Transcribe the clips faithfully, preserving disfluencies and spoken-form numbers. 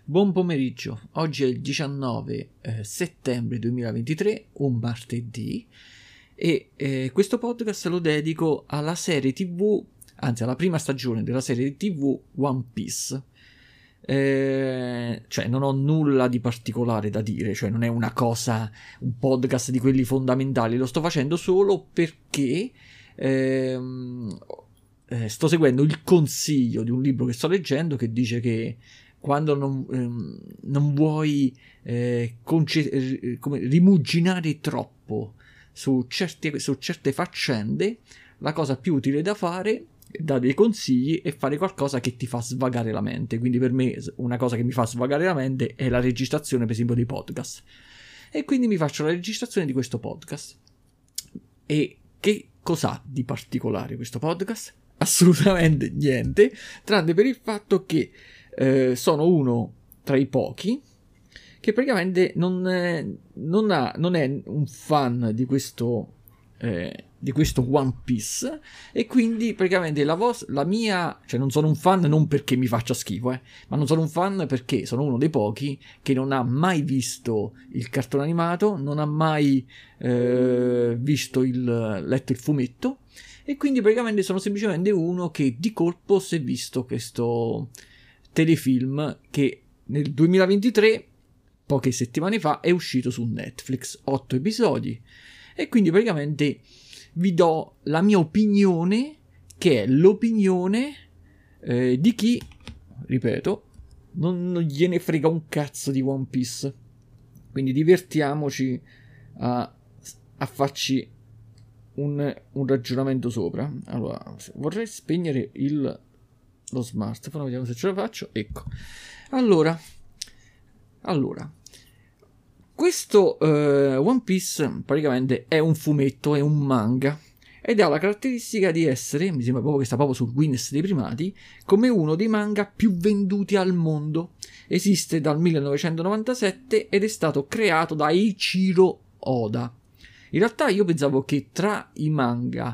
Buon pomeriggio, oggi è il diciannove eh, settembre duemilaventitré, un martedì, e eh, questo podcast lo dedico alla serie tv, anzi alla prima stagione della serie tv One Piece. Eh, cioè non ho nulla di particolare da dire, cioè non è una cosa, un podcast di quelli fondamentali, lo sto facendo solo perché ehm, eh, sto seguendo il consiglio di un libro che sto leggendo che dice che quando non, ehm, non vuoi eh, conce- eh, come, rimuginare troppo su, certi, su certe faccende, la cosa più utile da fare è dare dei consigli e fare qualcosa che ti fa svagare la mente. Quindi per me una cosa che mi fa svagare la mente è la registrazione, per esempio, dei podcast. E quindi mi faccio la registrazione di questo podcast. E che cos'ha di particolare questo podcast? Assolutamente niente, tranne per il fatto che Eh, sono uno tra i pochi che praticamente non, è, non, ha, non è un fan di questo, eh, di questo One Piece, e quindi praticamente la, vos- la mia, cioè non sono un fan non perché mi faccia schifo, eh, ma non sono un fan perché sono uno dei pochi che non ha mai visto il cartone animato, non ha mai eh, visto il, letto il fumetto, e quindi praticamente sono semplicemente uno che di colpo si è visto questo telefilm che nel duemilaventitré, poche settimane fa, è uscito su Netflix, otto episodi, e quindi praticamente vi do la mia opinione, che è l'opinione eh, di chi, ripeto, non, non gliene frega un cazzo di One Piece. Quindi divertiamoci a, a farci un, un ragionamento sopra. Allora, vorrei spegnere il lo smartphone, vediamo se ce la faccio. Ecco, allora allora questo uh, One Piece praticamente è un fumetto, è un manga, ed ha la caratteristica di essere, mi sembra proprio che sta proprio sul Guinness dei primati, come uno dei manga più venduti al mondo. Esiste dal millenovecentonovantasette ed è stato creato da Eiichiro Oda. In realtà io pensavo che tra i manga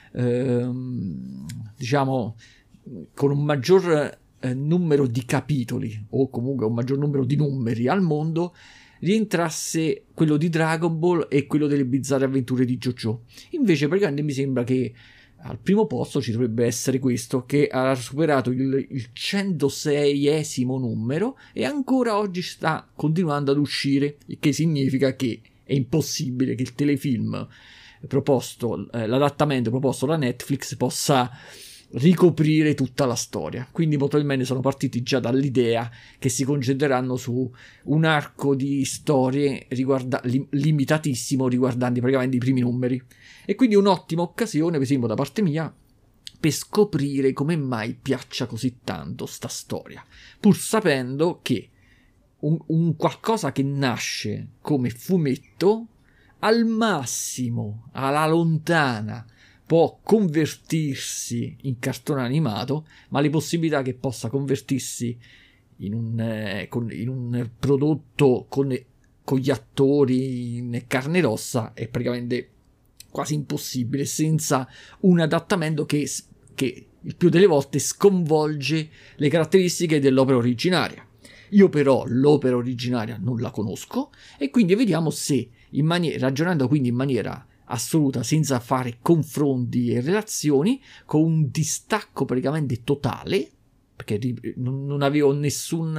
ehm, diciamo con un maggior eh, numero di capitoli, o comunque un maggior numero di numeri al mondo, rientrasse quello di Dragon Ball e quello delle bizzarre avventure di JoJo. Invece praticamente mi sembra che al primo posto ci dovrebbe essere questo, che ha superato il, il centoseiesimo numero e ancora oggi sta continuando ad uscire, il che significa che è impossibile che il telefilm proposto, eh, l'adattamento proposto da Netflix possa ricoprire tutta la storia. Quindi molto probabilmente sono partiti già dall'idea che si concentreranno su un arco di storie riguarda- lim- limitatissimo riguardanti praticamente i primi numeri, e quindi un'ottima occasione, per esempio da parte mia, per scoprire come mai piaccia così tanto sta storia, pur sapendo che un, un qualcosa che nasce come fumetto al massimo alla lontana può convertirsi in cartone animato, ma le possibilità che possa convertirsi in un, eh, con, in un prodotto con, con gli attori in carne e ossa è praticamente quasi impossibile, senza un adattamento che, che il più delle volte sconvolge le caratteristiche dell'opera originaria. Io però l'opera originaria non la conosco, e quindi vediamo se, in maniera, ragionando quindi in maniera assoluta, senza fare confronti e relazioni, con un distacco praticamente totale, perché non avevo nessun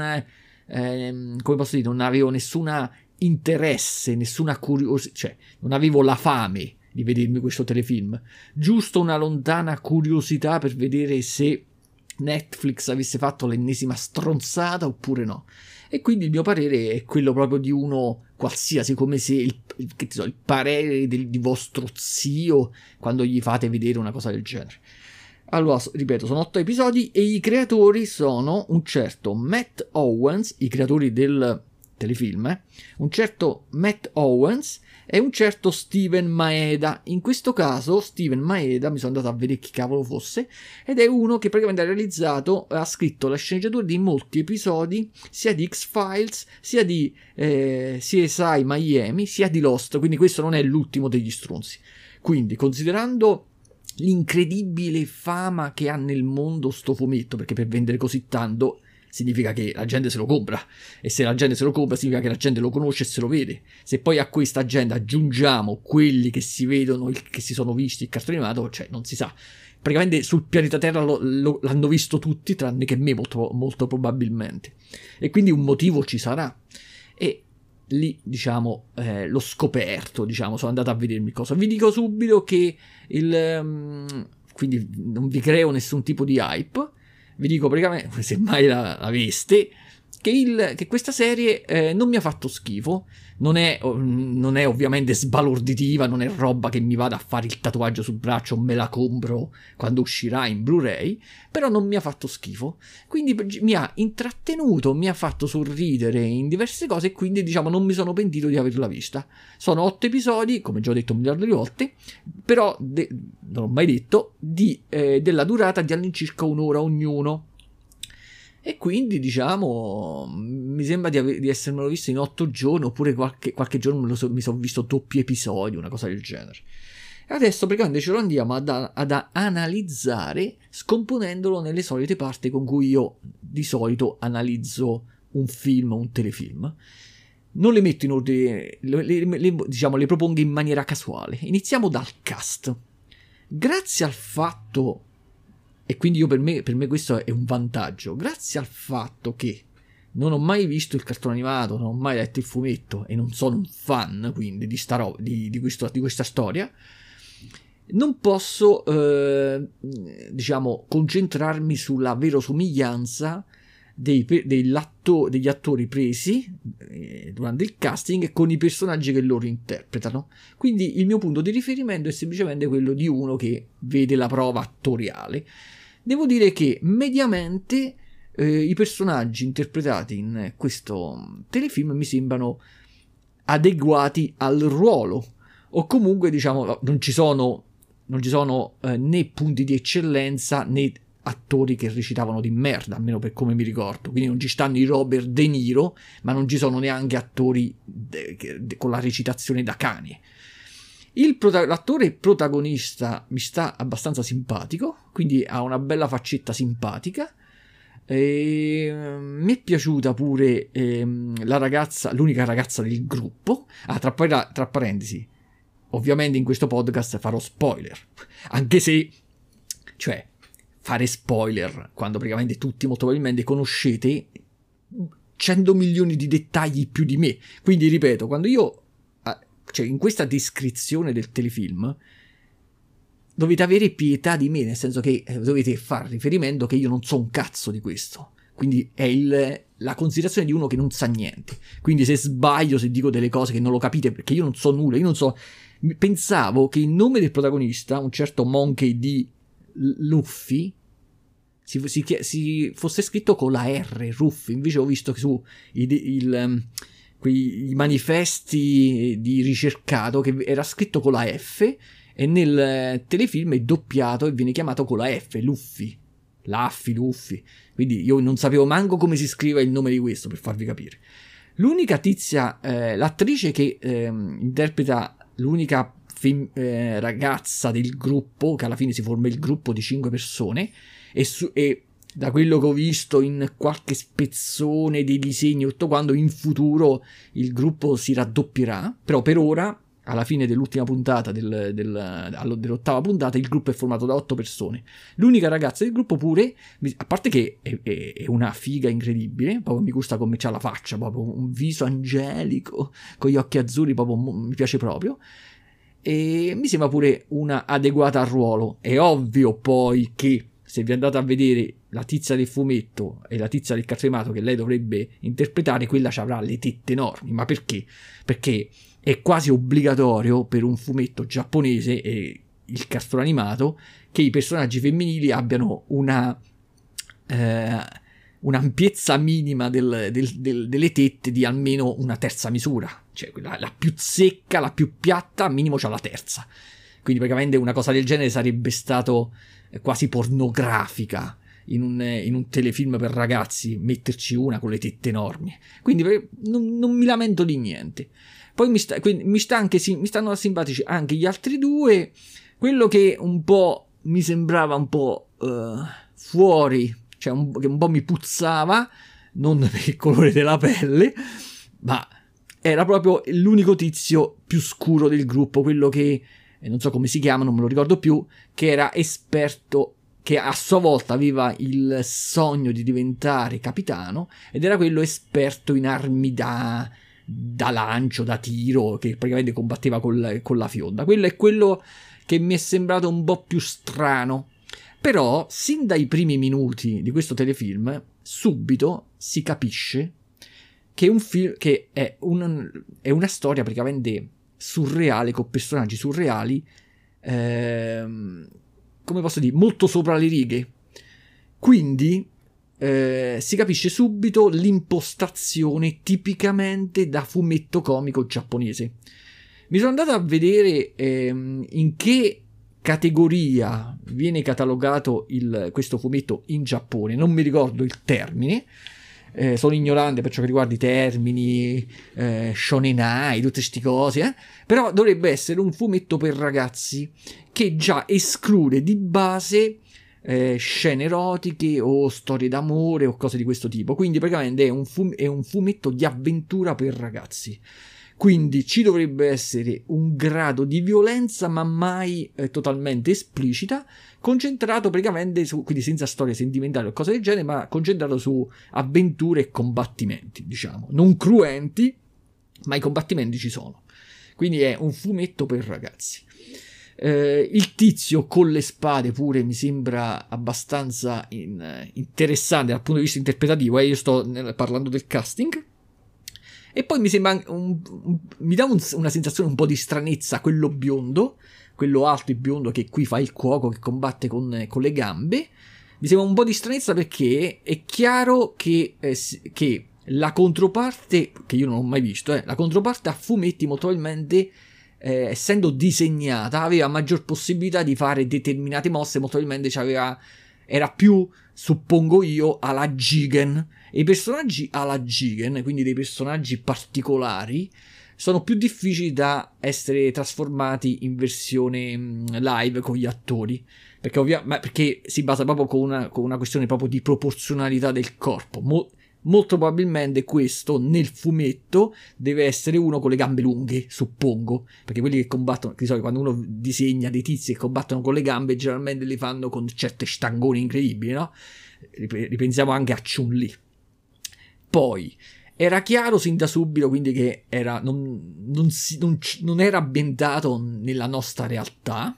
eh, come posso dire, non avevo nessuna interesse, nessuna curiosità, cioè non avevo la fame di vedermi questo telefilm, giusto una lontana curiosità per vedere se Netflix avesse fatto l'ennesima stronzata oppure no. E quindi il mio parere è quello proprio di uno qualsiasi, come se il, il, che so, il parere del, di vostro zio quando gli fate vedere una cosa del genere. Allora, ripeto, sono otto episodi e i creatori sono un certo Matt Owens, i creatori del telefilm, eh? un certo Matt Owens e un certo Steven Maeda. In questo caso Steven Maeda, mi sono andato a vedere chi cavolo fosse, ed è uno che praticamente ha realizzato, ha scritto la sceneggiatura di molti episodi sia di X-Files, sia di eh, C S I Miami, sia di Lost, quindi questo non è l'ultimo degli stronzi. Quindi, considerando l'incredibile fama che ha nel mondo sto fumetto, perché per vendere così tanto significa che la gente se lo compra, e se la gente se lo compra significa che la gente lo conosce e se lo vede. Se poi a questa agenda aggiungiamo quelli che si vedono, il, che si sono visti il cartone animato, cioè non si sa. Praticamente sul pianeta Terra lo, lo, l'hanno visto tutti, tranne che me molto, molto probabilmente. E quindi un motivo ci sarà. E lì, diciamo, eh, l'ho scoperto, diciamo, sono andato a vedermi cosa. Vi dico subito che il... Um, quindi non vi creo nessun tipo di hype, vi dico praticamente, se mai la, la veste, che, il, che questa serie eh, non mi ha fatto schifo, non è, non è ovviamente sbalorditiva, non è roba che mi vada a fare il tatuaggio sul braccio, me la compro quando uscirà in Blu-ray, però non mi ha fatto schifo, quindi mi ha intrattenuto, mi ha fatto sorridere in diverse cose, e quindi diciamo non mi sono pentito di averla vista. Sono otto episodi, come già ho detto un miliardo di volte, però de- non l'ho mai detto, di, eh, della durata di all'incirca un'ora ognuno. E quindi, diciamo, mi sembra di, ave- di essermelo visto in otto giorni, oppure qualche, qualche giorno me lo so- mi sono visto doppi episodi, una cosa del genere. E adesso praticamente ce lo andiamo ad, ad analizzare, scomponendolo nelle solite parti con cui io di solito analizzo un film o un telefilm. Non le metto in ordine, le, le, le, diciamo, le propongo in maniera casuale. Iniziamo dal cast. Grazie al fatto... E quindi io per me, per me questo è un vantaggio. Grazie al fatto che non ho mai visto il cartone animato, non ho mai letto il fumetto e non sono un fan quindi di, sta ro- di, di, questo, di questa storia, non posso eh, diciamo concentrarmi sulla verosomiglianza dei, degli attori presi eh, durante il casting con i personaggi che loro interpretano. Quindi il mio punto di riferimento è semplicemente quello di uno che vede la prova attoriale. Devo dire che mediamente eh, i personaggi interpretati in questo telefilm mi sembrano adeguati al ruolo, o comunque diciamo non ci sono, non ci sono eh, né punti di eccellenza né attori che recitavano di merda, almeno per come mi ricordo. Quindi non ci stanno i Robert De Niro, ma non ci sono neanche attori de- de- con la recitazione da cane. Il prota- l'attore protagonista mi sta abbastanza simpatico, quindi ha una bella faccetta simpatica. E mi è piaciuta pure ehm, la ragazza, l'unica ragazza del gruppo. Ah, tra, tra parentesi, ovviamente in questo podcast farò spoiler, anche se, cioè, fare spoiler quando praticamente tutti molto probabilmente conoscete cento milioni di dettagli più di me. Quindi ripeto, quando io, cioè in questa descrizione del telefilm, dovete avere pietà di me, nel senso che dovete fare riferimento che io non so un cazzo di questo. Quindi è il, la considerazione di uno che non sa niente. Quindi se sbaglio, se dico delle cose che non lo capite, perché io non so nulla, io non so... Pensavo che il nome del protagonista, un certo Monkey D. Luffy, si, si, si fosse scritto con la R, Ruffy. Invece ho visto che su il, il, quei manifesti di ricercato che era scritto con la F, e nel telefilm è doppiato e viene chiamato con la F, Luffy. Laffi, Luffy. Quindi io non sapevo manco come si scrive il nome di questo, per farvi capire. L'unica tizia, eh, l'attrice che eh, interpreta l'unica fem- eh, ragazza del gruppo, che alla fine si forma il gruppo di cinque persone, e, su- e da quello che ho visto in qualche spezzone dei disegni, tutto quando in futuro il gruppo si raddoppierà, però per ora, alla fine dell'ultima puntata, del, del, dell'ottava puntata, il gruppo è formato da otto persone. L'unica ragazza del gruppo pure, a parte che è, è, è una figa incredibile, proprio mi gusta come c'ha la faccia, proprio un viso angelico, con gli occhi azzurri, proprio mi piace proprio, e mi sembra pure una adeguata al ruolo. È ovvio poi che se vi andate a vedere la tizia del fumetto e la tizia del cartone animato che lei dovrebbe interpretare, quella ci avrà le tette enormi. Ma perché? Perché è quasi obbligatorio per un fumetto giapponese e il cartone animato che i personaggi femminili abbiano una eh, un'ampiezza minima del, del, del, delle tette di almeno una terza misura, cioè la, la più secca, la più piatta, al minimo c'ha la terza. Quindi praticamente una cosa del genere sarebbe stato quasi pornografica in un, in un telefilm per ragazzi, metterci una con le tette enormi. Quindi non, non mi lamento di niente. Poi mi, sta, quindi, mi, sta anche, mi stanno simpatici anche gli altri due. Quello che un po' mi sembrava un po' uh, fuori, cioè un, che un po' mi puzzava, non per il colore della pelle, ma era proprio l'unico tizio più scuro del gruppo, quello che, eh, non so come si chiama, non me lo ricordo più, che era esperto, che a sua volta aveva il sogno di diventare capitano, ed era quello esperto in armi da, da lancio, da tiro, che praticamente combatteva col, con la fionda. Quello è quello che mi è sembrato un po' più strano. Però, sin dai primi minuti di questo telefilm, subito si capisce che, un film, che è, un, è una storia praticamente surreale, con personaggi surreali, ehm, come posso dire, molto sopra le righe. Quindi eh, si capisce subito l'impostazione tipicamente da fumetto comico giapponese. Mi sono andato a vedere ehm, in che categoria viene catalogato il, questo fumetto in Giappone, non mi ricordo il termine, eh, sono ignorante per ciò che riguarda i termini, eh, shonenai, tutte queste cose, eh? Però dovrebbe essere un fumetto per ragazzi che già esclude di base eh, scene erotiche o storie d'amore o cose di questo tipo, quindi praticamente è un, fum- è un fumetto di avventura per ragazzi. Quindi ci dovrebbe essere un grado di violenza, ma mai eh, totalmente esplicita, concentrato praticamente su, quindi senza storie sentimentali o cose del genere, ma concentrato su avventure e combattimenti, diciamo. Non cruenti, ma i combattimenti ci sono. Quindi è un fumetto per ragazzi. Eh, il tizio con le spade pure mi sembra abbastanza in, eh, interessante dal punto di vista interpretativo. Eh? Io sto nel, parlando del casting. E poi mi sembra un, un, mi dà un, una sensazione un po' di stranezza quello biondo, quello alto e biondo che qui fa il cuoco, che combatte con, con le gambe. Mi sembra un po' di stranezza perché è chiaro che, eh, che la controparte, che io non ho mai visto, eh, la controparte a fumetti molto probabilmente, eh, essendo disegnata, aveva maggior possibilità di fare determinate mosse, molto probabilmente c'aveva, era più, suppongo io, alla Jigen. E i personaggi alla Jigen, quindi dei personaggi particolari, sono più difficili da essere trasformati in versione live con gli attori, perché, ovvia- ma perché si basa proprio con una, con una questione proprio di proporzionalità del corpo. Mo- molto probabilmente questo nel fumetto deve essere uno con le gambe lunghe, suppongo, perché quelli che combattono, di solito quando uno disegna dei tizi che combattono con le gambe, generalmente li fanno con certe stangone incredibili, no? Ripensiamo anche a Chun-Li. Poi era chiaro sin da subito quindi che era, non, non, si, non, non era ambientato nella nostra realtà,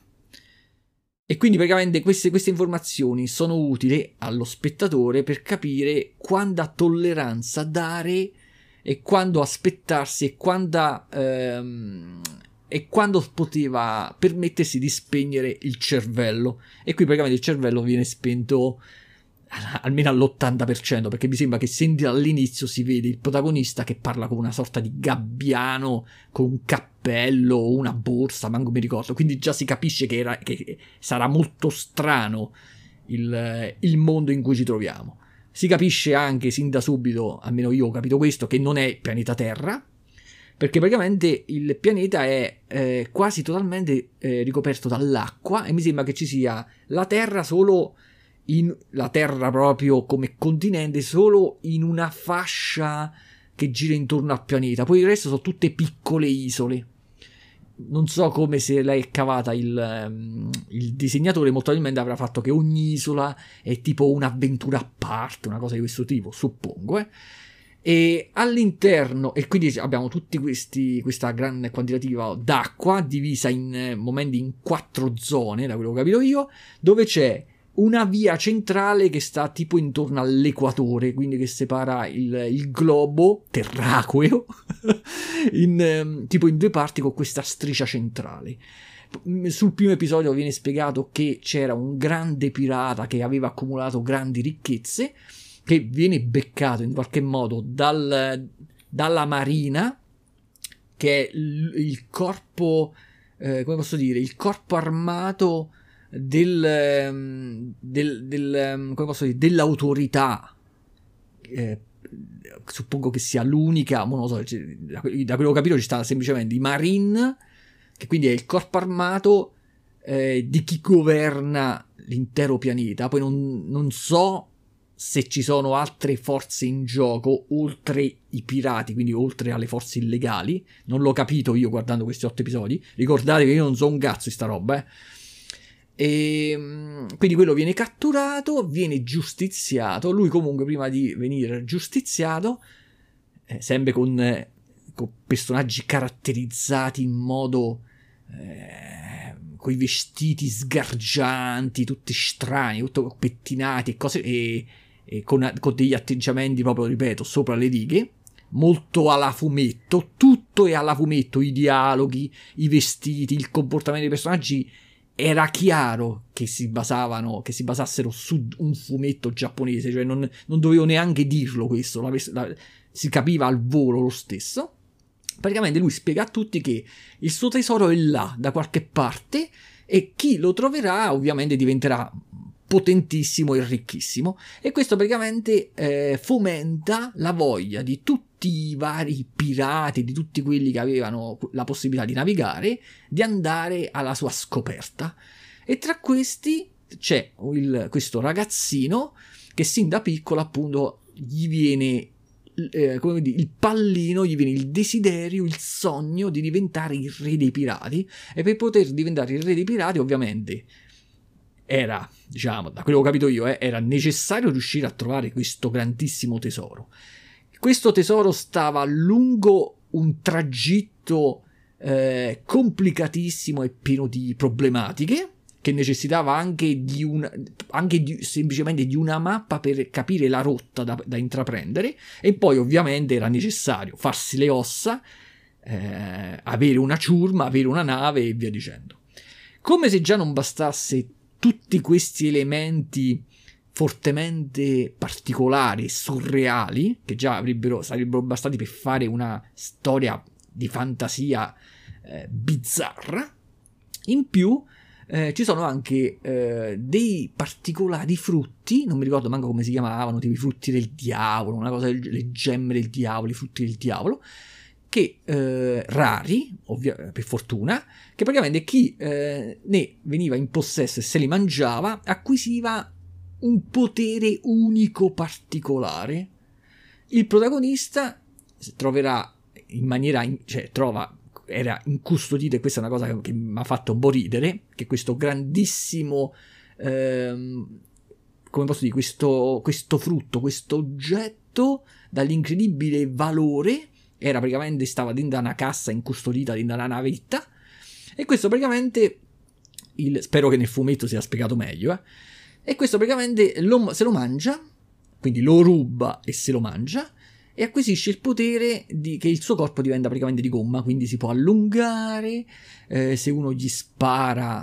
e quindi praticamente queste, queste informazioni sono utili allo spettatore per capire quanta tolleranza dare e quando aspettarsi e quando, ehm, e quando poteva permettersi di spegnere il cervello. E qui praticamente il cervello viene spento almeno all'ottanta per cento, perché mi sembra che senti all'inizio si vede il protagonista che parla con una sorta di gabbiano con un cappello o una borsa, manco mi ricordo, quindi già si capisce che, era, che sarà molto strano il, il mondo in cui ci troviamo. Si capisce anche sin da subito, almeno io ho capito questo, che non è il pianeta Terra, perché praticamente il pianeta è eh, quasi totalmente eh, ricoperto dall'acqua, e mi sembra che ci sia la Terra solo in la Terra proprio come continente, solo in una fascia che gira intorno al pianeta, poi il resto sono tutte piccole isole. Non so come se l'hai cavata il, um, il disegnatore, molto probabilmente avrà fatto che ogni isola è tipo un'avventura a parte, una cosa di questo tipo, suppongo, eh. E all'interno, e quindi abbiamo tutti questi, questa grande quantitativa d'acqua divisa in momenti in quattro zone, da quello che ho capito io, dove c'è una via centrale che sta tipo intorno all'equatore, quindi che separa il, il globo terraqueo in, tipo in due parti, con questa striscia centrale. Sul primo episodio viene spiegato che c'era un grande pirata che aveva accumulato grandi ricchezze, che viene beccato in qualche modo dal, dalla marina, che è il, il corpo, eh, come posso dire, il corpo armato del, del, del come posso dire, dell'autorità, eh, suppongo che sia l'unica, ma non lo so, cioè, da quello che ho capito ci sta semplicemente i Marine, che quindi è il corpo armato eh, di chi governa l'intero pianeta. Poi non, non so se ci sono altre forze in gioco oltre i pirati, quindi oltre alle forze illegali. Non l'ho capito io guardando questi otto episodi. Ricordate che io non so un cazzo di sta roba, eh. E quindi quello viene catturato, viene giustiziato. Lui comunque prima di venire giustiziato, eh, sempre con, eh, con personaggi caratterizzati in modo... Eh, con i vestiti sgargianti, tutti strani, tutto pettinati e cose... E, e con, con degli atteggiamenti proprio, ripeto, sopra le righe, molto alla fumetto, tutto è alla fumetto, i dialoghi, i vestiti, il comportamento dei personaggi, era chiaro che si basavano, che si basassero su un fumetto giapponese, cioè non, non dovevo neanche dirlo questo, la, la, si capiva al volo lo stesso. Praticamente lui spiega a tutti che il suo tesoro è là, da qualche parte, e chi lo troverà ovviamente diventerà potentissimo e ricchissimo, e questo praticamente eh, fomenta la voglia di tutti i vari pirati, di tutti quelli che avevano la possibilità di navigare, di andare alla sua scoperta. E tra questi c'è il, questo ragazzino che sin da piccolo appunto gli viene eh, come dire, il pallino, gli viene il desiderio, il sogno di diventare il re dei pirati, e per poter diventare il re dei pirati ovviamente era, diciamo, da quello che ho capito io, eh, era necessario riuscire a trovare questo grandissimo tesoro. Questo tesoro stava lungo un tragitto eh, complicatissimo e pieno di problematiche, che necessitava anche di una, anche di, semplicemente di una mappa per capire la rotta da, da intraprendere, e poi ovviamente era necessario farsi le ossa, eh, avere una ciurma, avere una nave e via dicendo. Come se già non bastasse tutti questi elementi fortemente particolari e surreali, che già avrebbero, sarebbero bastati per fare una storia di fantasia eh, bizzarra, in più eh, ci sono anche eh, dei particolari frutti, non mi ricordo manco come si chiamavano, tipo i frutti del diavolo, una cosa, le gemme del diavolo, i frutti del diavolo, che eh, rari, ovvia, per fortuna, che praticamente chi eh, ne veniva in possesso e se li mangiava acquisiva un potere unico particolare. Il protagonista troverà in maniera, in, cioè trova, era incustodito, e questa è una cosa che, che mi ha fatto un po' ridere, che questo grandissimo, ehm, come posso dire, questo, questo frutto, questo oggetto dall'incredibile valore, era praticamente, stava dentro una cassa incustodita dentro una navetta, e questo praticamente, il, spero che nel fumetto sia spiegato meglio, eh, e questo praticamente lo, se lo mangia, quindi lo ruba e se lo mangia, e acquisisce il potere di, che il suo corpo diventa praticamente di gomma, quindi si può allungare, eh, se uno gli spara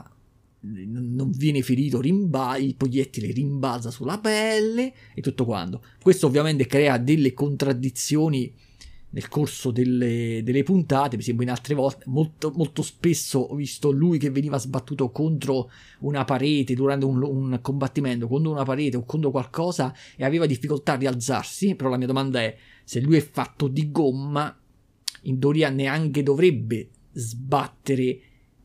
non viene ferito, rimba- il proiettile rimbalza sulla pelle e tutto quanto. Questo ovviamente crea delle contraddizioni nel corso delle, delle puntate, per esempio in altre volte, molto, molto spesso ho visto lui che veniva sbattuto contro una parete durante un, un combattimento, contro una parete o contro qualcosa, e aveva difficoltà a rialzarsi. Però la mia domanda è, se lui è fatto di gomma, in teoria neanche dovrebbe sbattere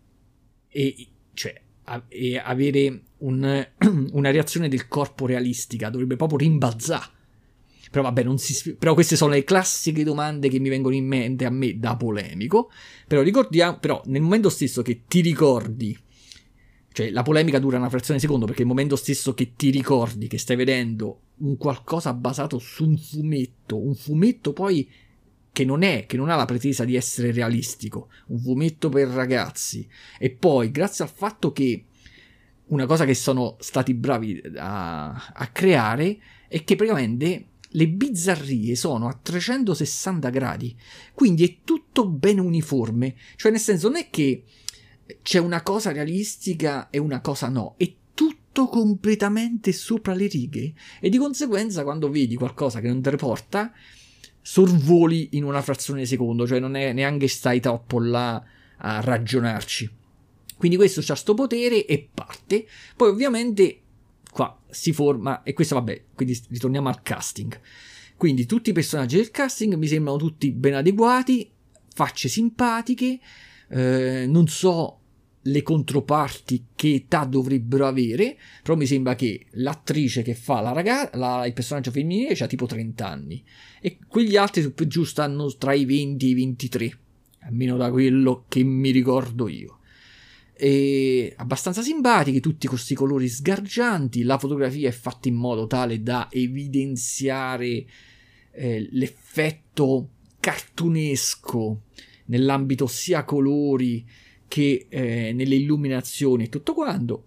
e, cioè, a, e avere un, una reazione del corpo realistica, dovrebbe proprio rimbalzare. Però vabbè, non si, però queste sono le classiche domande che mi vengono in mente a me da polemico. Però ricordiamo, però nel momento stesso che ti ricordi, cioè la polemica dura una frazione di secondo, perché nel momento stesso che ti ricordi che stai vedendo un qualcosa basato su un fumetto, un fumetto poi che non è, che non ha la pretesa di essere realistico, un fumetto per ragazzi, e poi grazie al fatto che una cosa che sono stati bravi a, a creare è che praticamente le bizzarrie sono a trecentosessanta gradi, quindi è tutto ben uniforme, cioè nel senso non è che c'è una cosa realistica e una cosa no, è tutto completamente sopra le righe, e di conseguenza quando vedi qualcosa che non te ne porta, sorvoli in una frazione di secondo, cioè non è neanche stai troppo là a ragionarci. Quindi questo c'ha sto potere e parte. Poi ovviamente qua si forma, e questo vabbè, quindi ritorniamo al casting. Quindi tutti i personaggi del casting mi sembrano tutti ben adeguati, facce simpatiche, eh, non so le controparti che età dovrebbero avere, però mi sembra che l'attrice che fa la ragazza, la, il personaggio femminile ha tipo trenta anni e quegli altri su per giù stanno tra i venti e i ventitré, almeno da quello che mi ricordo io. E abbastanza simpatiche, tutti con questi colori sgargianti, la fotografia è fatta in modo tale da evidenziare eh, l'effetto cartunesco nell'ambito sia colori che eh, nelle illuminazioni e tutto quanto,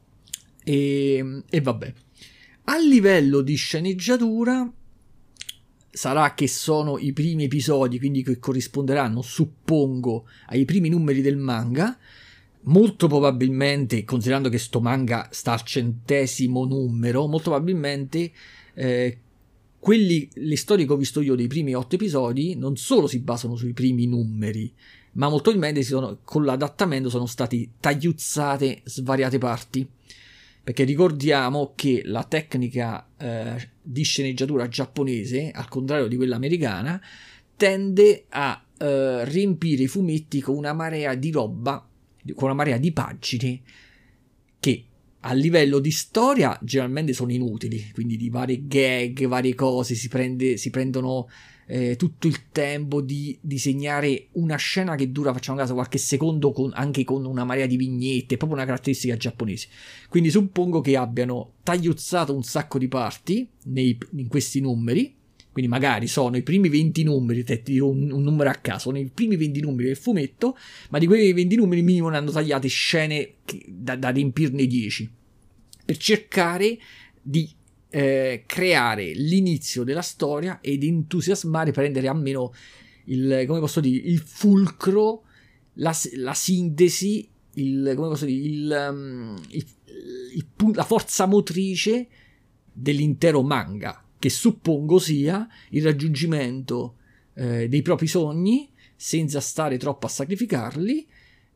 e, e vabbè, a livello di sceneggiatura sarà che sono i primi episodi, quindi che corrisponderanno, suppongo, ai primi numeri del manga. Molto probabilmente, considerando che sto manga sta al centesimo numero, molto probabilmente eh, quelli, le storie che ho visto io dei primi otto episodi non solo si basano sui primi numeri, ma molto probabilmente si sono, con l'adattamento sono stati tagliuzzate svariate parti, perché ricordiamo che la tecnica eh, di sceneggiatura giapponese, al contrario di quella americana, tende a eh, riempire i fumetti con una marea di roba, con una marea di pagine che a livello di storia generalmente sono inutili, quindi di varie gag, varie cose, si, prende, si prendono eh, tutto il tempo di disegnare una scena che dura, facciamo caso, qualche secondo, con, anche con una marea di vignette, è proprio una caratteristica giapponese. Quindi suppongo che abbiano tagliuzzato un sacco di parti nei, in questi numeri, quindi magari sono i primi venti numeri, te ti dico un, un numero a caso, sono i primi venti numeri del fumetto, ma di quei venti numeri minimo ne hanno tagliate scene che, da, da riempirne dieci, per cercare di eh, creare l'inizio della storia ed entusiasmare, prendere almeno il, come posso dire, il fulcro, la, la sintesi, il, come posso dire, il, um, il, il, il, la forza motrice dell'intero manga, che suppongo sia il raggiungimento eh, dei propri sogni senza stare troppo a sacrificarli,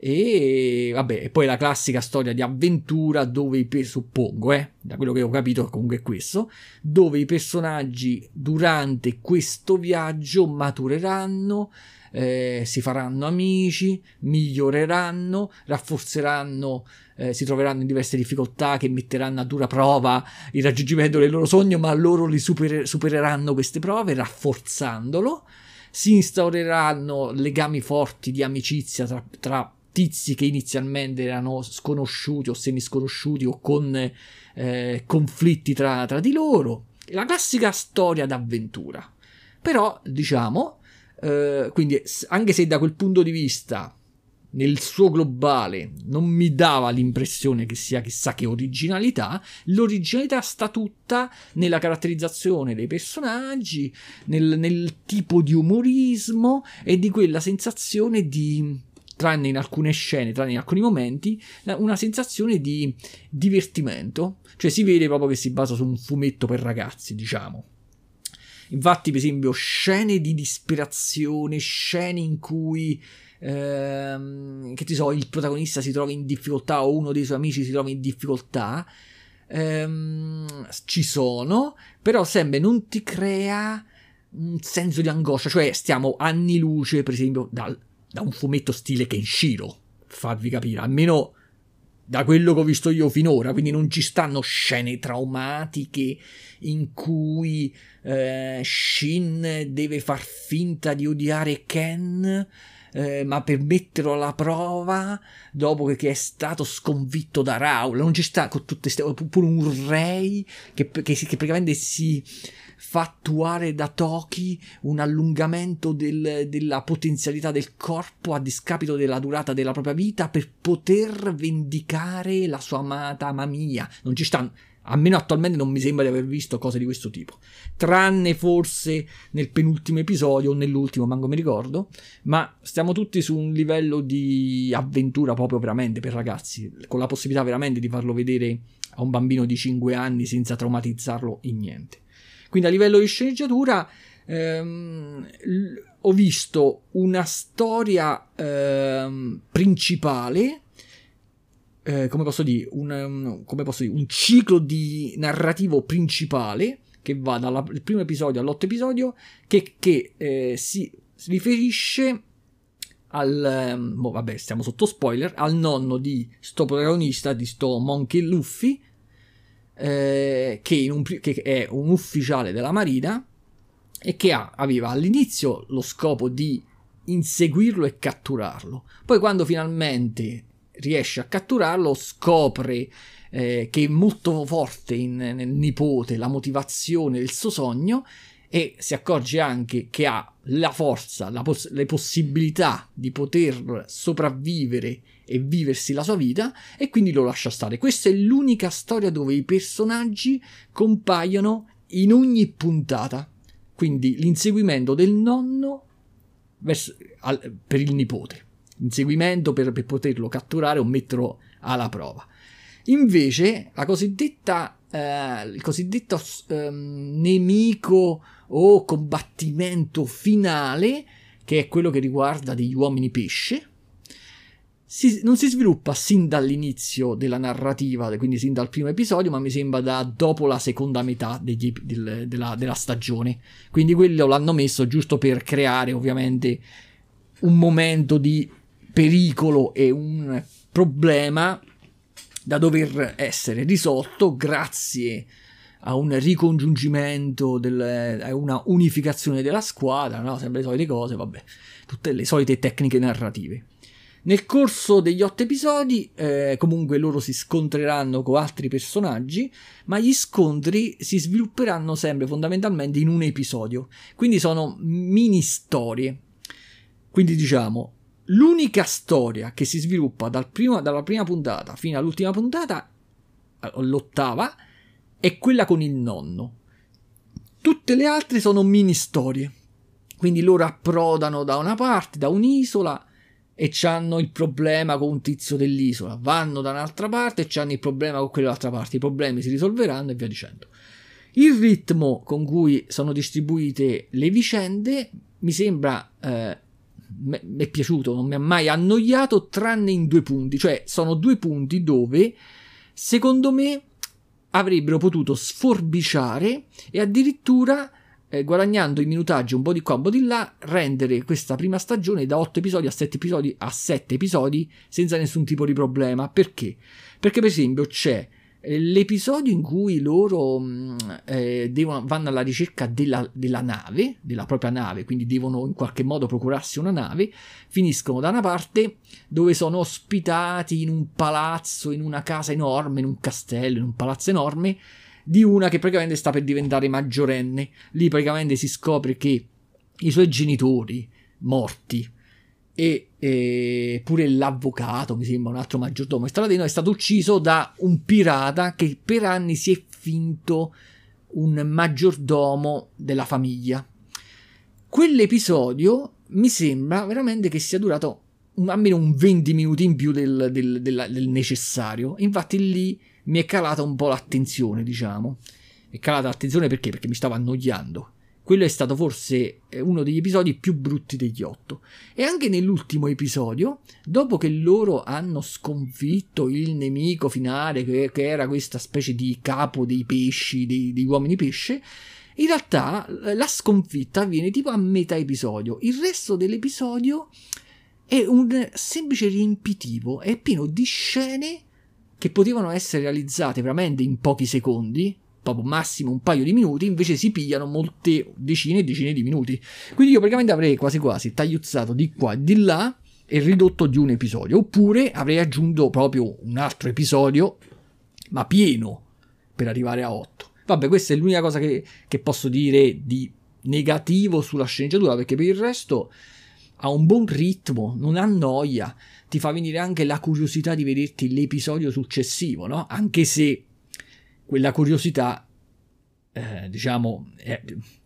e vabbè, e poi la classica storia di avventura dove i, suppongo, eh, da quello che ho capito comunque è questo, dove i personaggi durante questo viaggio matureranno, eh, si faranno amici, miglioreranno, rafforzeranno, eh, si troveranno in diverse difficoltà che metteranno a dura prova il raggiungimento del loro sogno, ma loro li super, supereranno queste prove rafforzandolo, si instaureranno legami forti di amicizia tra, tra tizi che inizialmente erano sconosciuti o semisconosciuti o con eh, conflitti tra, tra di loro, la classica storia d'avventura. Però diciamo eh, quindi anche se da quel punto di vista nel suo globale non mi dava l'impressione che sia chissà che originalità, l'originalità sta tutta nella caratterizzazione dei personaggi, nel, nel tipo di umorismo e di quella sensazione di, tranne in alcune scene, tranne in alcuni momenti, una sensazione di divertimento, cioè si vede proprio che si basa su un fumetto per ragazzi, diciamo. Infatti, per esempio, scene di disperazione, scene in cui Ehm, che ti so, il protagonista si trova in difficoltà o uno dei suoi amici si trova in difficoltà, ehm, ci sono, però sempre non ti crea un senso di angoscia, cioè stiamo anni luce, per esempio, da, da un fumetto stile Kenshiro, farvi capire, almeno da quello che ho visto io finora, quindi non ci stanno scene traumatiche in cui eh, Shin deve far finta di odiare Ken, Eh, ma per metterlo alla prova dopo che è stato sconfitto da Raul. Non ci sta con tutte queste, oppure un Rei che, che, che praticamente si fa attuare da Toki un allungamento del, della potenzialità del corpo a discapito della durata della propria vita per poter vendicare la sua amata Mamiya. Non ci stanno, almeno attualmente non mi sembra di aver visto cose di questo tipo, tranne forse nel penultimo episodio o nell'ultimo, manco mi ricordo, ma stiamo tutti su un livello di avventura proprio veramente per ragazzi, con la possibilità veramente di farlo vedere a un bambino di cinque anni senza traumatizzarlo in niente. Quindi a livello di sceneggiatura ehm, ho visto una storia ehm, principale, Eh, come posso dire, un, um, come posso dire, un ciclo di narrativo principale che va dal primo episodio all'otto episodio che, che eh, si riferisce al, boh, vabbè, stiamo sotto spoiler, al nonno di sto protagonista, di sto Monkey Luffy, eh, che, in un, che è un ufficiale della marina e che ha, aveva all'inizio lo scopo di inseguirlo e catturarlo. Poi quando finalmente riesce a catturarlo scopre eh, che è molto forte in, nel nipote la motivazione del suo sogno, e si accorge anche che ha la forza, la poss- le possibilità di poter sopravvivere e viversi la sua vita, e quindi lo lascia stare. Questa è l'unica storia dove i personaggi compaiono in ogni puntata, quindi l'inseguimento del nonno verso, al, per il nipote, l'inseguimento per, per poterlo catturare o metterlo alla prova. Invece la cosiddetta eh, il cosiddetto eh, nemico o combattimento finale, che è quello che riguarda degli uomini pesce, si, non si sviluppa sin dall'inizio della narrativa, quindi sin dal primo episodio, ma mi sembra da dopo la seconda metà degli, del, della, della stagione. Quindi quello l'hanno messo giusto per creare ovviamente un momento di pericolo e un problema da dover essere risolto grazie a un ricongiungimento, del, a una unificazione della squadra, no? Sempre le solite cose, vabbè, tutte le solite tecniche narrative. Nel corso degli otto episodi eh, comunque loro si scontreranno con altri personaggi, ma gli scontri si svilupperanno sempre fondamentalmente in un episodio, quindi sono mini storie. Quindi diciamo, l'unica storia che si sviluppa dal primo, dalla prima puntata fino all'ultima puntata, l'ottava, è quella con il nonno. Tutte le altre sono mini storie, quindi loro approdano da una parte, da un'isola, e c'hanno il problema con un tizio dell'isola, vanno da un'altra parte e c'hanno il problema con quell'altra parte, i problemi si risolveranno e via dicendo. Il ritmo con cui sono distribuite le vicende mi sembra eh, mi è piaciuto, non mi ha mai annoiato, tranne in due punti, cioè sono due punti dove secondo me avrebbero potuto sforbiciare e addirittura eh, guadagnando i minutaggi un po' di qua un po' di là, rendere questa prima stagione da otto episodi a sette episodi a sette episodi senza nessun tipo di problema. Perché? Perché per esempio c'è eh, l'episodio in cui loro mh, eh, devono, vanno alla ricerca della, della nave, della propria nave, quindi devono in qualche modo procurarsi una nave, finiscono da una parte dove sono ospitati in un palazzo, in una casa enorme, in un castello, in un palazzo enorme, di una che praticamente sta per diventare maggiorenne. Lì praticamente si scopre che i suoi genitori morti e, e pure l'avvocato, mi sembra un altro maggiordomo stradino, è stato ucciso da un pirata che per anni si è finto un maggiordomo della famiglia. Quell'episodio mi sembra veramente che sia durato un, almeno un venti minuti in più del, del, del, del necessario. Infatti lì mi è calata un po' l'attenzione, diciamo. È calata l'attenzione perché? Perché mi stava annoiando. Quello è stato forse uno degli episodi più brutti degli otto. E anche nell'ultimo episodio, dopo che loro hanno sconfitto il nemico finale, che, che era questa specie di capo dei pesci, dei, dei uomini pesce, in realtà la sconfitta avviene tipo a metà episodio. Il resto dell'episodio è un semplice riempitivo, è pieno di scene che potevano essere realizzate veramente in pochi secondi, proprio massimo un paio di minuti, invece si pigliano molte decine e decine di minuti. Quindi io praticamente avrei quasi quasi tagliuzzato di qua e di là e ridotto di un episodio, oppure avrei aggiunto proprio un altro episodio, ma pieno, per arrivare a otto. Vabbè, questa è l'unica cosa che, che posso dire di negativo sulla sceneggiatura, perché per il resto ha un buon ritmo, non annoia, ti fa venire anche la curiosità di vederti l'episodio successivo, no? Anche se quella curiosità, eh, diciamo, è,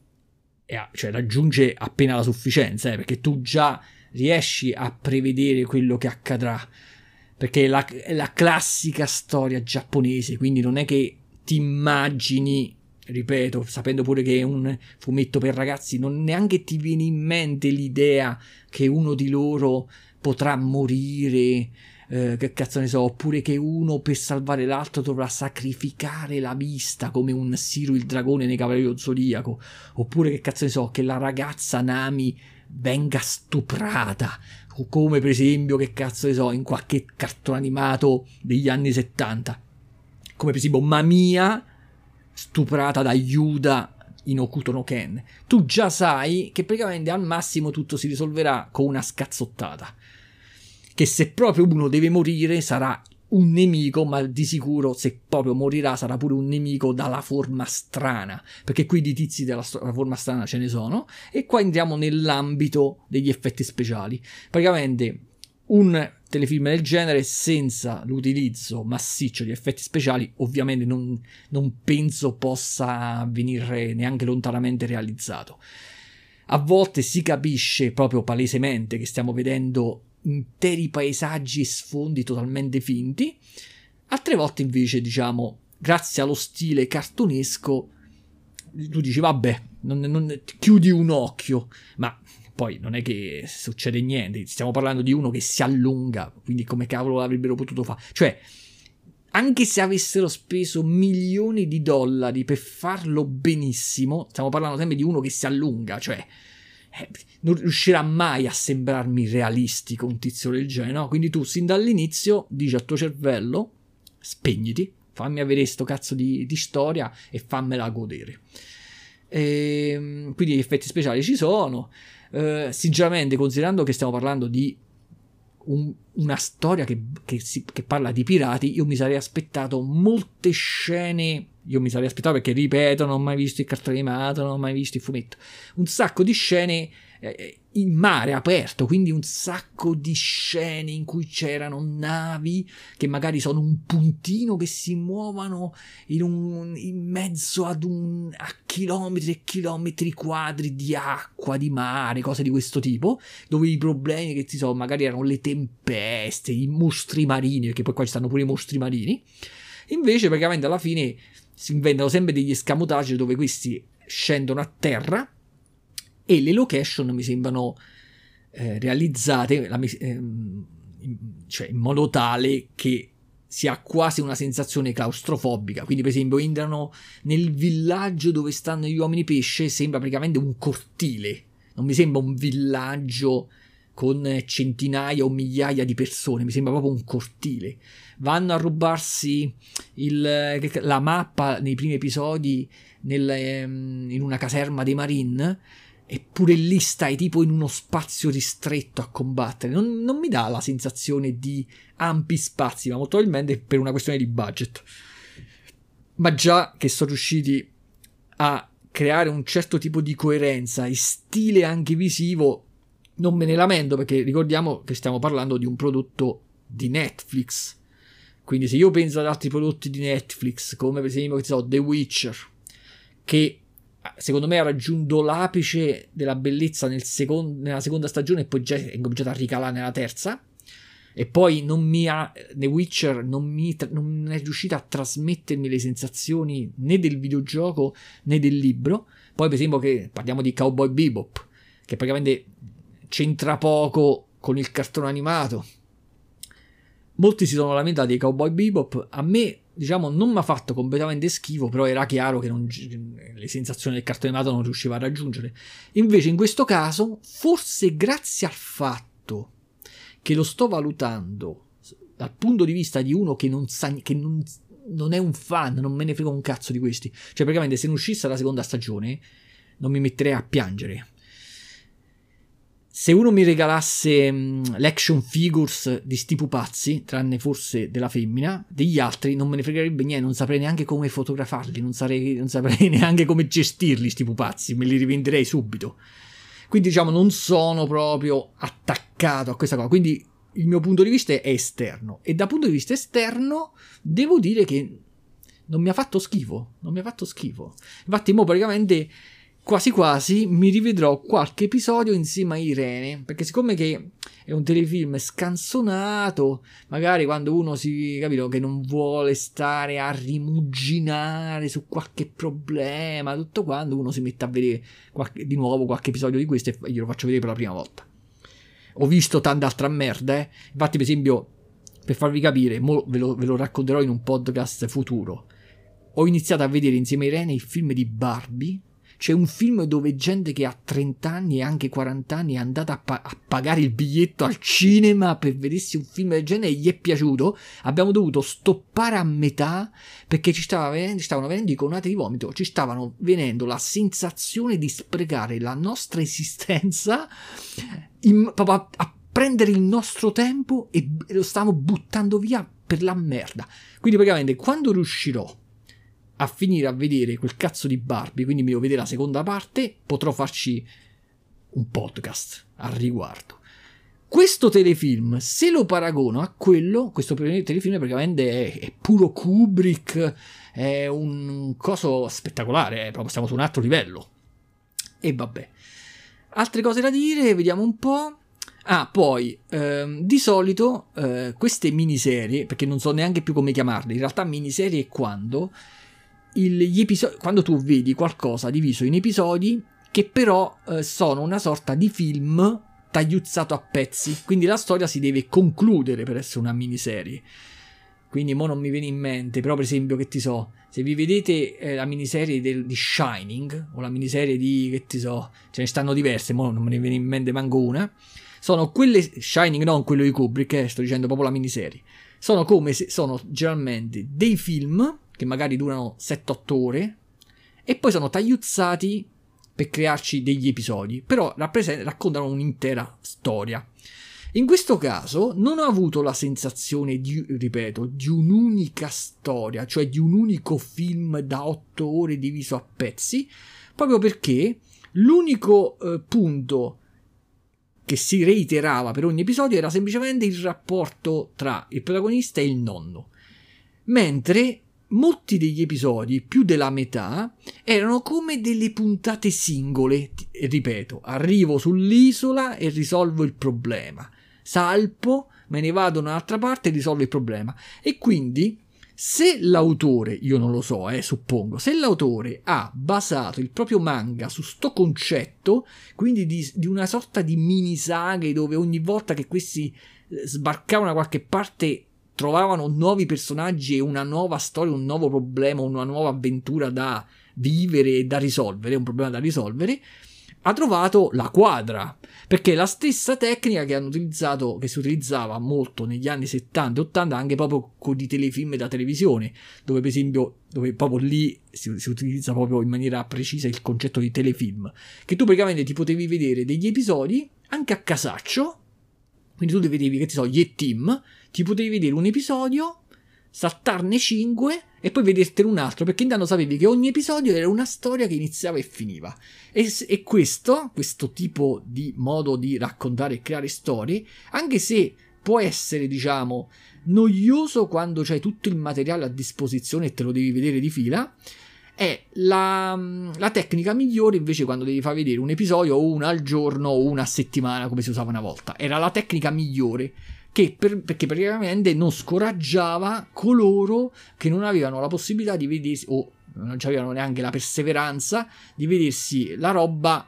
è, cioè raggiunge appena la sufficienza, eh, perché tu già riesci a prevedere quello che accadrà, perché è la, è la classica storia giapponese, quindi non è che ti immagini, ripeto, sapendo pure che è un fumetto per ragazzi, non neanche ti viene in mente l'idea che uno di loro potrà morire, eh, che cazzo ne so, oppure che uno per salvare l'altro dovrà sacrificare la vista come un Siro il dragone nei Cavalieri dello Zodiaco, oppure che cazzo ne so, che la ragazza Nami venga stuprata, come per esempio, che cazzo ne so, in qualche cartone animato degli anni settanta, come per esempio Mamiya stuprata da Yuda in Hokuto no Ken. Tu già sai che praticamente al massimo tutto si risolverà con una scazzottata, che se proprio uno deve morire sarà un nemico, ma di sicuro se proprio morirà sarà pure un nemico dalla forma strana, perché qui di tizi della sto- forma strana ce ne sono. E qua entriamo nell'ambito degli effetti speciali. Praticamente un telefilm del genere senza l'utilizzo massiccio di effetti speciali ovviamente non, non penso possa venire neanche lontanamente realizzato. A volte si capisce proprio palesemente che stiamo vedendo interi paesaggi e sfondi totalmente finti, altre volte invece, diciamo, grazie allo stile cartonesco tu dici vabbè, non, non, chiudi un occhio, ma poi non è che succede niente, stiamo parlando di uno che si allunga, quindi come cavolo l'avrebbero potuto fare? Cioè, anche se avessero speso milioni di dollari per farlo benissimo, stiamo parlando sempre di uno che si allunga, cioè eh, non riuscirà mai a sembrarmi realistico un tizio del genere, no? Quindi tu sin dall'inizio dici al tuo cervello spegniti, fammi avere sto cazzo di, di storia e fammela godere. E, quindi gli effetti speciali ci sono. Uh, sinceramente, considerando che stiamo parlando di un, una storia che, che, si, che parla di pirati, io mi sarei aspettato molte scene. Io mi sarei aspettato, perché ripeto, non ho mai visto il cartone animato, non ho mai visto il fumetto, un sacco di scene eh, in mare aperto, quindi un sacco di scene in cui c'erano navi che magari sono un puntino che si muovono in, un, in mezzo ad un a chilometri e chilometri quadri di acqua, di mare, cose di questo tipo, dove i problemi che ci sono magari erano le tempeste, i mostri marini, perché poi qua ci stanno pure i mostri marini. Invece praticamente alla fine si inventano sempre degli escamotage dove questi scendono a terra e le location mi sembrano eh, realizzate la, eh, in, cioè in modo tale che si ha quasi una sensazione claustrofobica. Quindi per esempio entrano nel villaggio dove stanno gli uomini pesce, sembra praticamente un cortile, non mi sembra un villaggio con centinaia o migliaia di persone, mi sembra proprio un cortile. Vanno a rubarsi il, la mappa nei primi episodi nel, in una caserma dei Marine, eppure lì stai tipo in uno spazio ristretto a combattere. Non, non mi dà la sensazione di ampi spazi, ma molto probabilmente per una questione di budget. Ma già che sono riusciti a creare un certo tipo di coerenza e stile anche visivo, non me ne lamento, perché ricordiamo che stiamo parlando di un prodotto di Netflix. Quindi se io penso ad altri prodotti di Netflix, come per esempio, che so, The Witcher, che secondo me ha raggiunto l'apice della bellezza nel second- nella seconda stagione e poi già è cominciato a ricalare nella terza, e poi non mi ha, The Witcher non, mi, non è riuscita a trasmettermi le sensazioni né del videogioco né del libro. Poi per esempio che parliamo di Cowboy Bebop, che praticamente c'entra poco con il cartone animato. Molti si sono lamentati di Cowboy Bebop, a me diciamo non mi ha fatto completamente schifo, però era chiaro che non, le sensazioni del cartone animato non riusciva a raggiungere. Invece in questo caso, forse grazie al fatto che lo sto valutando dal punto di vista di uno che non sa, che non, non è un fan, non me ne frega un cazzo di questi, cioè praticamente se non uscisse la seconda stagione non mi metterei a piangere. Se uno mi regalasse mh, l'action figures di sti pupazzi, tranne forse della femmina, degli altri non me ne fregherebbe niente, non saprei neanche come fotografarli, non, sarei, non saprei neanche come gestirli sti pupazzi, me li rivenderei subito. Quindi diciamo non sono proprio attaccato a questa cosa, quindi il mio punto di vista è esterno, e da punto di vista esterno devo dire che non mi ha fatto schifo, non mi ha fatto schifo. Infatti mo praticamente quasi quasi mi rivedrò qualche episodio insieme a Irene, perché siccome che è un telefilm scanzonato, magari quando uno si, capito, che non vuole stare a rimuginare su qualche problema, tutto quanto, uno si mette a vedere qualche, di nuovo qualche episodio di questo e glielo faccio vedere per la prima volta. Ho visto tanta altra merda, eh. Infatti per esempio, per farvi capire, mo ve lo, ve lo racconterò in un podcast futuro, ho iniziato a vedere insieme a Irene il film di Barbie, C'è un film dove gente che ha trenta anni e anche quaranta anni è andata a, pa- a pagare il biglietto al cinema per vedersi un film del genere e gli è piaciuto. Abbiamo dovuto stoppare a metà perché ci, stava venendo, ci stavano venendo i conati di vomito, ci stavano venendo la sensazione di sprecare la nostra esistenza in, proprio a, a prendere il nostro tempo e lo stavamo buttando via per la merda. Quindi praticamente quando riuscirò a finire a vedere quel cazzo di Barbie, quindi mi devo vedere la seconda parte, potrò farci un podcast al riguardo. Questo telefilm, se lo paragono a quello, questo telefilm praticamente è, è puro Kubrick, è un coso spettacolare, è proprio, stiamo su un altro livello. E vabbè. Altre cose da dire, vediamo un po'. Ah, poi, ehm, di solito eh, queste miniserie, perché non so neanche più come chiamarle, in realtà miniserie è quando... Il, gli episodi, quando tu vedi qualcosa diviso in episodi che però eh, sono una sorta di film tagliuzzato a pezzi, quindi la storia si deve concludere per essere una miniserie. Quindi mo non mi viene in mente, però per esempio, che ti so, se vi vedete eh, la miniserie del, di Shining o la miniserie di, che ti so, ce ne stanno diverse, mo non me ne viene in mente manco una, sono quelle, Shining non quello di Kubrick, eh, sto dicendo proprio la miniserie, sono come se, sono generalmente dei film che magari durano sette otto ore e poi sono tagliuzzati per crearci degli episodi, però raccontano un'intera storia. In questo caso non ho avuto la sensazione di, ripeto, di un'unica storia, cioè di un unico film da otto ore diviso a pezzi, proprio perché l'unico eh, punto che si reiterava per ogni episodio era semplicemente il rapporto tra il protagonista e il nonno, mentre molti degli episodi, più della metà, erano come delle puntate singole. Ripeto, arrivo sull'isola e risolvo il problema, salpo, me ne vado da un'altra parte e risolvo il problema. E quindi, se l'autore, io non lo so, eh, suppongo, se l'autore ha basato il proprio manga su sto concetto, quindi di, di una sorta di mini saghe dove ogni volta che questi sbarcavano da qualche parte trovavano nuovi personaggi e una nuova storia, un nuovo problema, una nuova avventura da vivere e da risolvere, un problema da risolvere, ha trovato la quadra, perché è la stessa tecnica che hanno utilizzato, che si utilizzava molto negli anni settanta e ottanta anche proprio con i telefilm da televisione, dove per esempio, dove proprio lì si, si utilizza proprio in maniera precisa il concetto di telefilm, che tu praticamente ti potevi vedere degli episodi anche a casaccio, quindi tu ti vedevi, che ti so, gli team, ti potevi vedere un episodio, saltarne cinque e poi vedertene un altro, perché intanto sapevi che ogni episodio era una storia che iniziava e finiva. E, e questo, questo tipo di modo di raccontare e creare storie, anche se può essere, diciamo, noioso quando c'hai tutto il materiale a disposizione e te lo devi vedere di fila, è la, la tecnica migliore invece quando devi far vedere un episodio o una al giorno o una a settimana, come si usava una volta. Era la tecnica migliore, che per, perché praticamente non scoraggiava coloro che non avevano la possibilità di vedersi, o non avevano neanche la perseveranza di vedersi la roba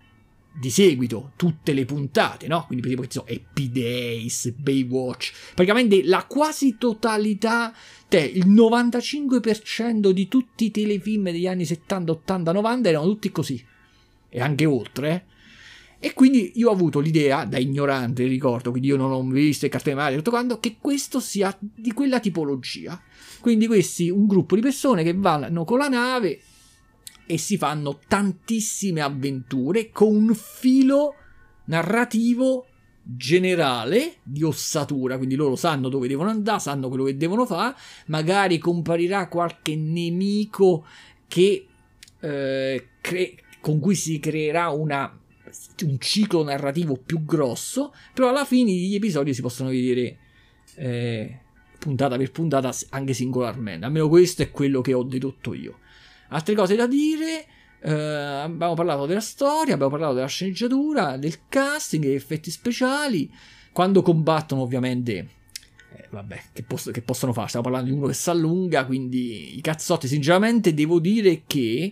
di seguito, tutte le puntate, no? Quindi per esempio, Happy Days, Baywatch, praticamente la quasi totalità, te, il novantacinque per cento di tutti i telefilm degli anni settanta, ottanta, novanta erano tutti così, e anche oltre, eh? E quindi io ho avuto l'idea, da ignorante, ricordo, quindi io non ho visto i cartoni animati, tutto quanto, che questo sia di quella tipologia. Quindi questi, un gruppo di persone che vanno con la nave e si fanno tantissime avventure con un filo narrativo generale di ossatura, quindi loro sanno dove devono andare, sanno quello che devono fare, magari comparirà qualche nemico che eh, cre- con cui si creerà una un ciclo narrativo più grosso, però alla fine gli episodi si possono vedere eh, puntata per puntata anche singolarmente. Almeno questo è quello che ho dedotto io. Altre cose da dire, eh, abbiamo parlato della storia, abbiamo parlato della sceneggiatura, del casting, degli effetti speciali. Quando combattono ovviamente eh, vabbè, che, posso, che possono fare? Stiamo parlando di uno che si allunga, quindi i cazzotti. Sinceramente devo dire che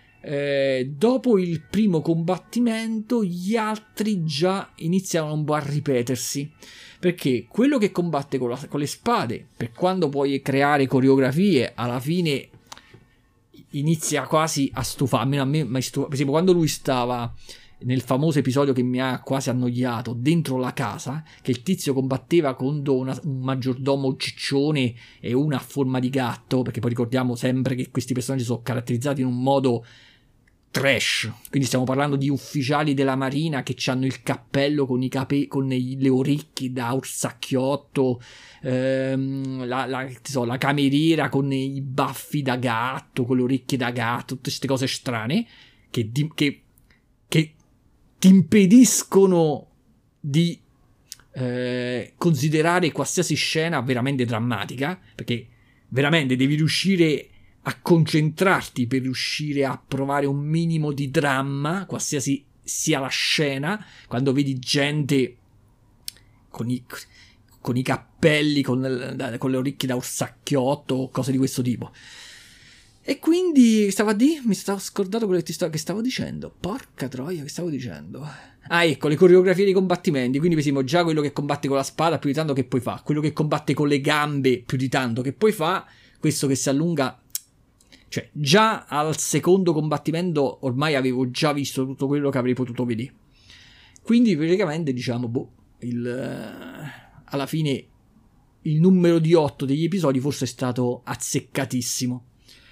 Eh, dopo il primo combattimento gli altri già iniziano un po' a ripetersi, perché quello che combatte con, la, con le spade, per quando puoi creare coreografie, alla fine inizia quasi a stufarmi, a me, ma stufa, per esempio quando lui stava nel famoso episodio che mi ha quasi annoiato dentro la casa, che il tizio combatteva contro una, un maggiordomo ciccione e una a forma di gatto, perché poi ricordiamo sempre che questi personaggi sono caratterizzati in un modo trash, quindi stiamo parlando di ufficiali della marina che hanno il cappello con i cape- con i, le orecchie da orsacchiotto, ehm, la, la, so, la cameriera con i baffi da gatto, con le orecchie da gatto, tutte queste cose strane che, di, che, che ti impediscono di eh, considerare qualsiasi scena veramente drammatica, perché veramente devi riuscire a concentrarti per riuscire a provare un minimo di dramma, qualsiasi sia la scena, quando vedi gente con i, con i cappelli, con, con le orecchie da orsacchiotto, cose di questo tipo. E quindi stavo a dire, mi stavo scordato quello che, ti stavo, che stavo dicendo. Porca troia, che stavo dicendo? Ah, ecco, le coreografie dei combattimenti. Quindi vediamo già quello che combatte con la spada più di tanto che poi fa, quello che combatte con le gambe più di tanto che poi fa, questo che si allunga. Cioè, già al secondo combattimento ormai avevo già visto tutto quello che avrei potuto vedere. Quindi praticamente, diciamo, boh, il, uh, alla fine il numero di otto degli episodi forse è stato azzeccatissimo.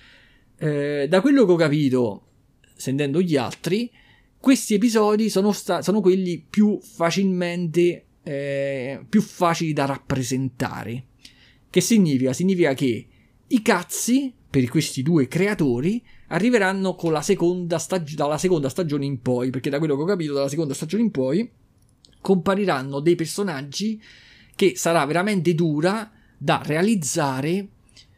Eh, da quello che ho capito, sentendo gli altri, questi episodi sono, sta- sono quelli più facilmente eh, più facili da rappresentare. Che significa? Significa che i cazzi per questi due creatori arriveranno con la seconda stag- dalla seconda stagione in poi, perché da quello che ho capito dalla seconda stagione in poi compariranno dei personaggi che sarà veramente dura da realizzare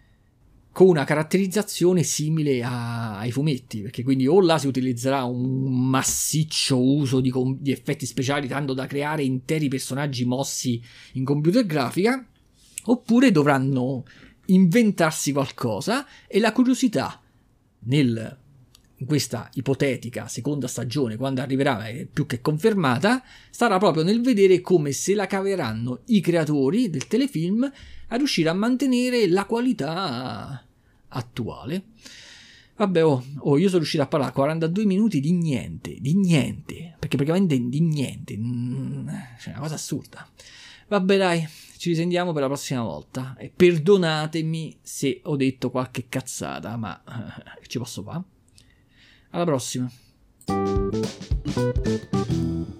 con una caratterizzazione simile a, ai fumetti, perché quindi o là si utilizzerà un massiccio uso di, com- di effetti speciali tanto da creare interi personaggi mossi in computer grafica, oppure dovranno inventarsi qualcosa, e la curiosità nel, in questa ipotetica seconda stagione, quando arriverà, è più che confermata, starà proprio nel vedere come se la caveranno i creatori del telefilm a riuscire a mantenere la qualità attuale. Vabbè, oh, oh, io sono riuscito a parlare quarantadue minuti di niente, di niente, perché praticamente di niente, mm, cioè una cosa assurda. Vabbè dai, ci risentiamo per la prossima volta e perdonatemi se ho detto qualche cazzata, ma eh, ci posso fare? Alla prossima.